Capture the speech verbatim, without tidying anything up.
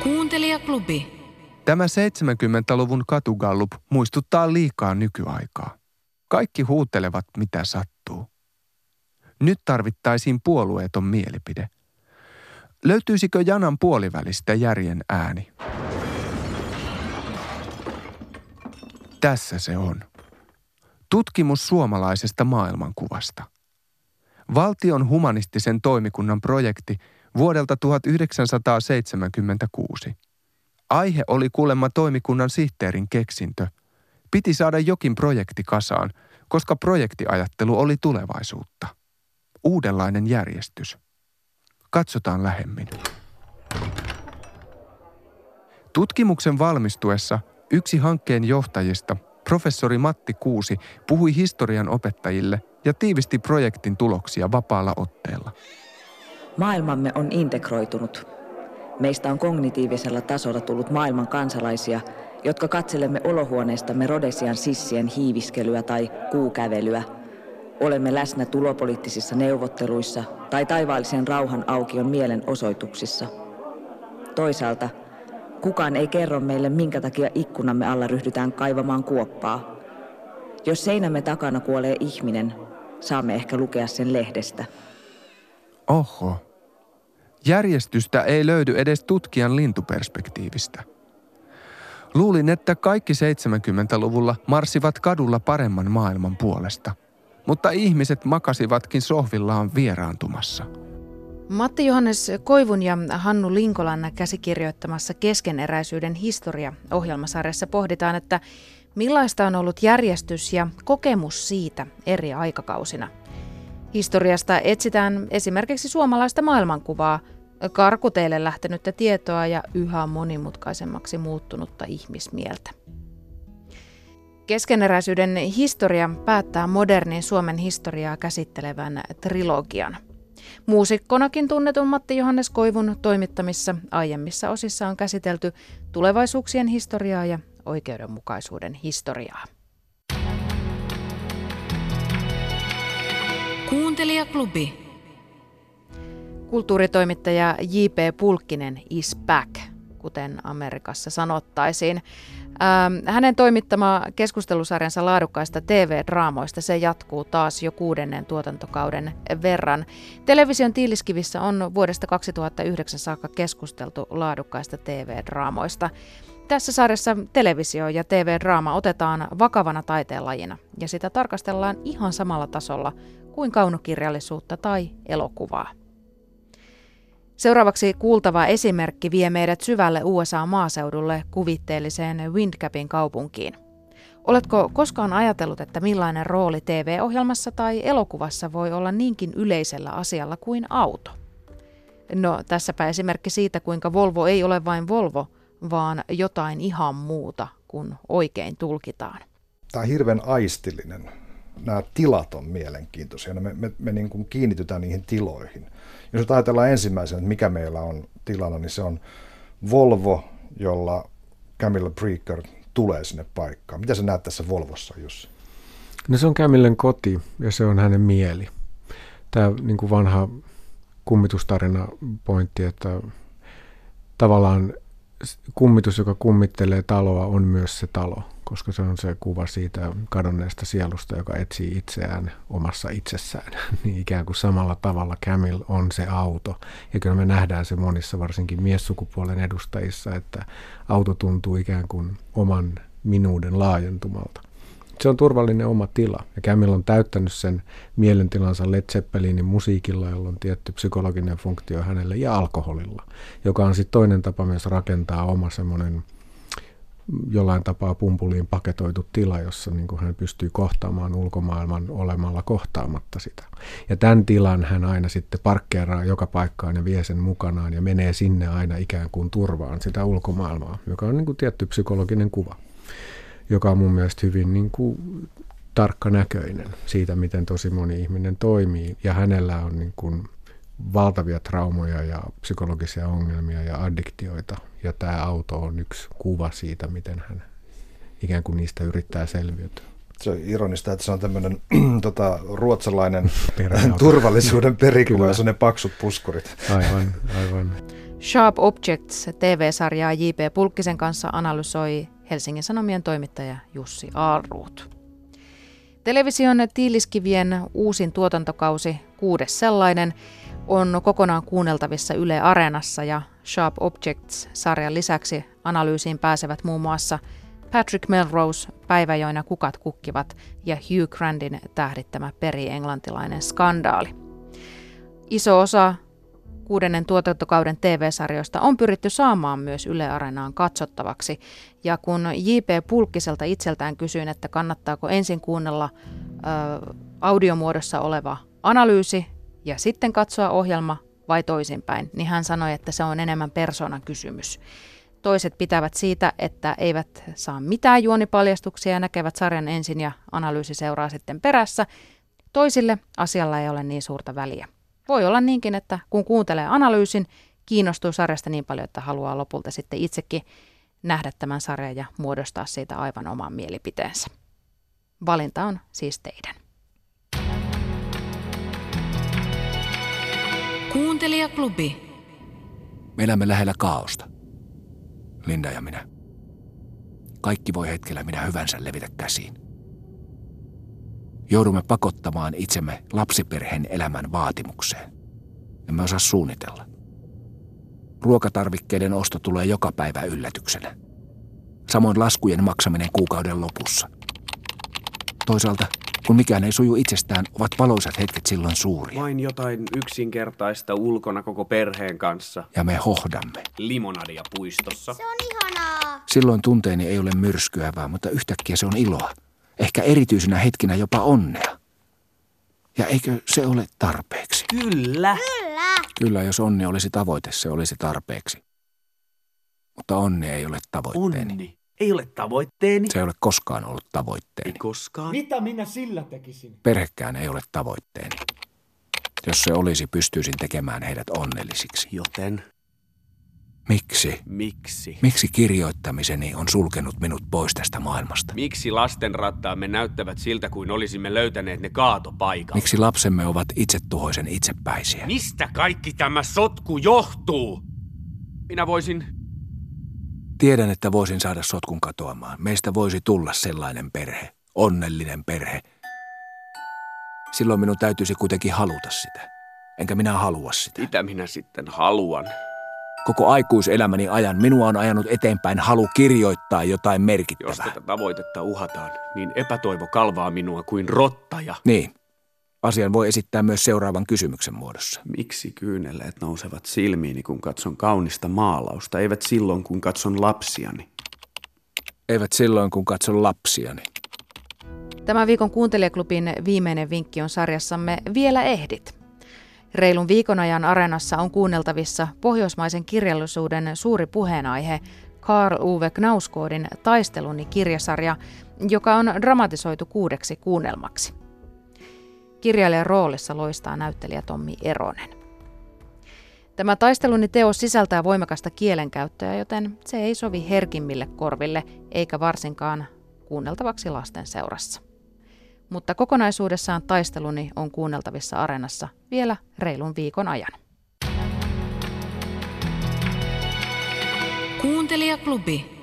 Kuuntelijaklubi. Tämä seitsemänkymmentäluvun katugallup muistuttaa liikaa nykyaikaa. Kaikki huutelevat, mitä sattuu. Nyt tarvittaisiin puolueeton mielipide. Löytyisikö janan puolivälistä järjen ääni? Tässä se on. Tutkimus suomalaisesta maailmankuvasta. Valtion humanistisen toimikunnan projekti vuodelta tuhatyhdeksänsataaseitsemänkymmentäkuusi. Aihe oli kuulemma toimikunnan sihteerin keksintö. Piti saada jokin projekti kasaan, koska projektiajattelu oli tulevaisuutta. Uudenlainen järjestys. Katsotaan lähemmin. Tutkimuksen valmistuessa yksi hankkeen johtajista, professori Matti Kuusi, puhui historian opettajille ja tiivisti projektin tuloksia vapaalla otteella. Maailmamme on integroitunut. Meistä on kognitiivisella tasolla tullut maailman kansalaisia, jotka katselemme olohuoneestamme Rodesian sissien hiiviskelyä tai kuukävelyä. Olemme läsnä tulopoliittisissa neuvotteluissa tai taivaallisen rauhan aukion mielenosoituksissa. Toisaalta kukaan ei kerro meille, minkä takia ikkunamme alla ryhdytään kaivamaan kuoppaa. Jos seinämme takana kuolee ihminen, saamme ehkä lukea sen lehdestä. Oho. Järjestystä ei löydy edes tutkijan lintuperspektiivistä. Luulin, että kaikki seitsemänkymmentäluvulla marssivat kadulla paremman maailman puolesta, mutta ihmiset makasivatkin sohvillaan vieraantumassa. Matti Johannes Koivun ja Hannu Linkolan käsikirjoittamassa Keskeneräisyyden historia -ohjelmasarjassa pohditaan, että millaista on ollut järjestys ja kokemus siitä eri aikakausina. Historiasta etsitään esimerkiksi suomalaista maailmankuvaa, karkuteille lähtenyttä tietoa ja yhä monimutkaisemmaksi muuttunutta ihmismieltä. Keskeneräisyyden historia päättää modernin Suomen historiaa käsittelevän trilogian. Muusikkonakin tunnetun Matti Johannes Koivun toimittamissa aiemmissa osissa on käsitelty tulevaisuuksien historiaa ja oikeudenmukaisuuden historiaa. Kuuntelijaklubi. Kulttuuritoimittaja J P Pulkkinen is back, kuten Amerikassa sanottaisiin. Ähm, hänen toimittama keskustelusarjansa laadukkaista T V-draamoista se jatkuu taas jo kuudennen tuotantokauden verran. Television tiiliskivissä on vuodesta kaksituhattayhdeksän saakka keskusteltu laadukkaista T V-draamoista. Tässä sarjassa televisio ja T V-draama otetaan vakavana taiteenlajina ja sitä tarkastellaan ihan samalla tasolla kuin kaunokirjallisuutta tai elokuvaa. Seuraavaksi kuultava esimerkki vie meidät syvälle U S A-maaseudulle kuvitteelliseen Windgapin kaupunkiin. Oletko koskaan ajatellut, että millainen rooli T V-ohjelmassa tai elokuvassa voi olla niinkin yleisellä asialla kuin auto? No, tässäpä esimerkki siitä, kuinka Volvo ei ole vain Volvo, vaan jotain ihan muuta, kun oikein tulkitaan. Tämä on hirveän aistillinen. Nämä tilat on mielenkiintoisia. Me, me, me niin kuin kiinnitytään niihin tiloihin. Jos nyt ajatellaan ensimmäisenä, että mikä meillä on tilana, niin se on Volvo, jolla Camilla Preaker tulee sinne paikkaan. Mitä sä näet tässä Volvossa, Jussi? No se on Camillen koti ja se on hänen mieli. Tämä niin kuin vanha kummitustarina pointti, että tavallaan kummitus, joka kummittelee taloa, on myös se talo, koska se on se kuva siitä kadonneesta sielusta, joka etsii itseään omassa itsessään. Niin ikään kuin samalla tavalla Camille on se auto. Ja kyllä me nähdään se monissa, varsinkin miessukupuolen edustajissa, että auto tuntuu ikään kuin oman minuuden laajentumalta. Se on turvallinen oma tila. Ja Camille on täyttänyt sen mielentilansa Led Zeppelinin musiikilla, jolla on tietty psykologinen funktio hänelle, ja alkoholilla, joka on sitten toinen tapa myös rakentaa oma semmoinen jollain tapaa pumpuliin paketoitu tila, jossa niin kuin hän pystyy kohtaamaan ulkomaailman olemalla kohtaamatta sitä. Ja tämän tilan hän aina sitten parkkeeraa joka paikkaan ja vie sen mukanaan ja menee sinne aina ikään kuin turvaan sitä ulkomaailmaa, joka on niin kuin tietty psykologinen kuva, joka on mun mielestä hyvin niin kuin tarkkanäköinen siitä, miten tosi moni ihminen toimii. Ja hänellä on niin kuin valtavia traumoja ja psykologisia ongelmia ja addiktioita. Ja tämä auto on yksi kuva siitä, miten hän ikään kuin niistä yrittää selviytyä. Se on ironista, että se on tämmöinen tota, ruotsalainen turvallisuuden perikuva, jossa on ne paksut puskurit. Aivan, aivan. Sharp Objects T V-sarjaa J P Pulkkisen kanssa analysoi Helsingin Sanomien toimittaja Jussi Ahlruut. Television Tiiliskivien uusin tuotantokausi, kuudes sellainen, on kokonaan kuunneltavissa Yle Areenassa ja Sharp Objects-sarjan lisäksi analyysiin pääsevät muun muassa Patrick Melrose, Päivä, joina kukat kukkivat ja Hugh Grantin tähdittämä peri-englantilainen skandaali. Iso osa kuudennen tuotantokauden T V-sarjoista on pyritty saamaan myös Yle Areenaan katsottavaksi. Ja kun J P Pulkkiselta itseltään kysyin, että kannattaako ensin kuunnella ö, audiomuodossa oleva analyysi ja sitten katsoa ohjelma vai toisinpäin, niin hän sanoi, että se on enemmän persoonan kysymys. Toiset pitävät siitä, että eivät saa mitään juonipaljastuksia ja näkevät sarjan ensin ja analyysi seuraa sitten perässä. Toisille asialla ei ole niin suurta väliä. Voi olla niinkin, että kun kuuntelee analyysin, kiinnostuu sarjasta niin paljon, että haluaa lopulta sitten itsekin nähdä tämän sarjan ja muodostaa siitä aivan oman mielipiteensä. Valinta on siis teidän. Kuuntelijaklubi. Me elämme lähellä kaaosta. Linda ja minä. Kaikki voi hetkellä minä hyvänsä levitä käsiin. Joudumme pakottamaan itsemme lapsiperheen elämän vaatimukseen. Emme osaa suunnitella. Ruokatarvikkeiden osto tulee joka päivä yllätyksenä. Samoin laskujen maksaminen kuukauden lopussa. Toisaalta, kun mikään ei suju itsestään, ovat valoisat hetket silloin suuria. Vain jotain yksinkertaista ulkona koko perheen kanssa. Ja me hohdamme. Limonadia puistossa. Se on ihanaa. Silloin tunteeni ei ole myrskyävää, mutta yhtäkkiä se on iloa. Ehkä erityisinä hetkinä jopa onnea. Ja eikö se ole tarpeeksi? Kyllä. Kyllä. Kyllä, jos onni olisi tavoite, se olisi tarpeeksi. Mutta onni ei ole tavoitteeni. Onni ei ole tavoitteeni. Se ei ole koskaan ollut tavoitteeni. Ei koskaan. Mitä minä sillä tekisin? Perhekään ei ole tavoitteeni. Jos se olisi, pystyisin tekemään heidät onnellisiksi. Joten? Miksi? Miksi? Miksi kirjoittamiseni on sulkenut minut pois tästä maailmasta? Miksi lastenrattaamme näyttävät siltä, kuin olisimme löytäneet ne kaatopaikan? Miksi lapsemme ovat itsetuhoisen itsepäisiä? Mistä kaikki tämä sotku johtuu? Minä voisin... Tiedän, että voisin saada sotkun katoamaan. Meistä voisi tulla sellainen perhe, onnellinen perhe. Silloin minun täytyisi kuitenkin haluta sitä. Enkä minä halua sitä. Mitä minä sitten haluan? Koko aikuiselämäni ajan minua on ajanut eteenpäin halu kirjoittaa jotain merkittävää. Jos tätä tavoitetta uhataan, niin epätoivo kalvaa minua kuin rottaja. Niin. Asian voi esittää myös seuraavan kysymyksen muodossa. Miksi kyyneleet nousevat silmiini, kun katson kaunista maalausta, eivät silloin, kun katson lapsiani? Eivät silloin, kun katson lapsiani. Tämän viikon Kuuntelijaklubin viimeinen vinkki on sarjassamme Vielä ehdit. Reilun viikon ajan Areenassa on kuunneltavissa pohjoismaisen kirjallisuuden suuri puheenaihe Karl Ove Knausgårdin Taisteluni-kirjasarja, joka on dramatisoitu kuudeksi kuunnelmaksi. Kirjailijan roolissa loistaa näyttelijä Tommi Eronen. Tämä Taisteluni-teos sisältää voimakasta kielenkäyttöä, joten se ei sovi herkimmille korville, eikä varsinkaan kuunneltavaksi lasten seurassa. Mutta kokonaisuudessaan Taisteluni on kuunneltavissa Areenassa vielä reilun viikon ajan. Kuuntelijaklubi.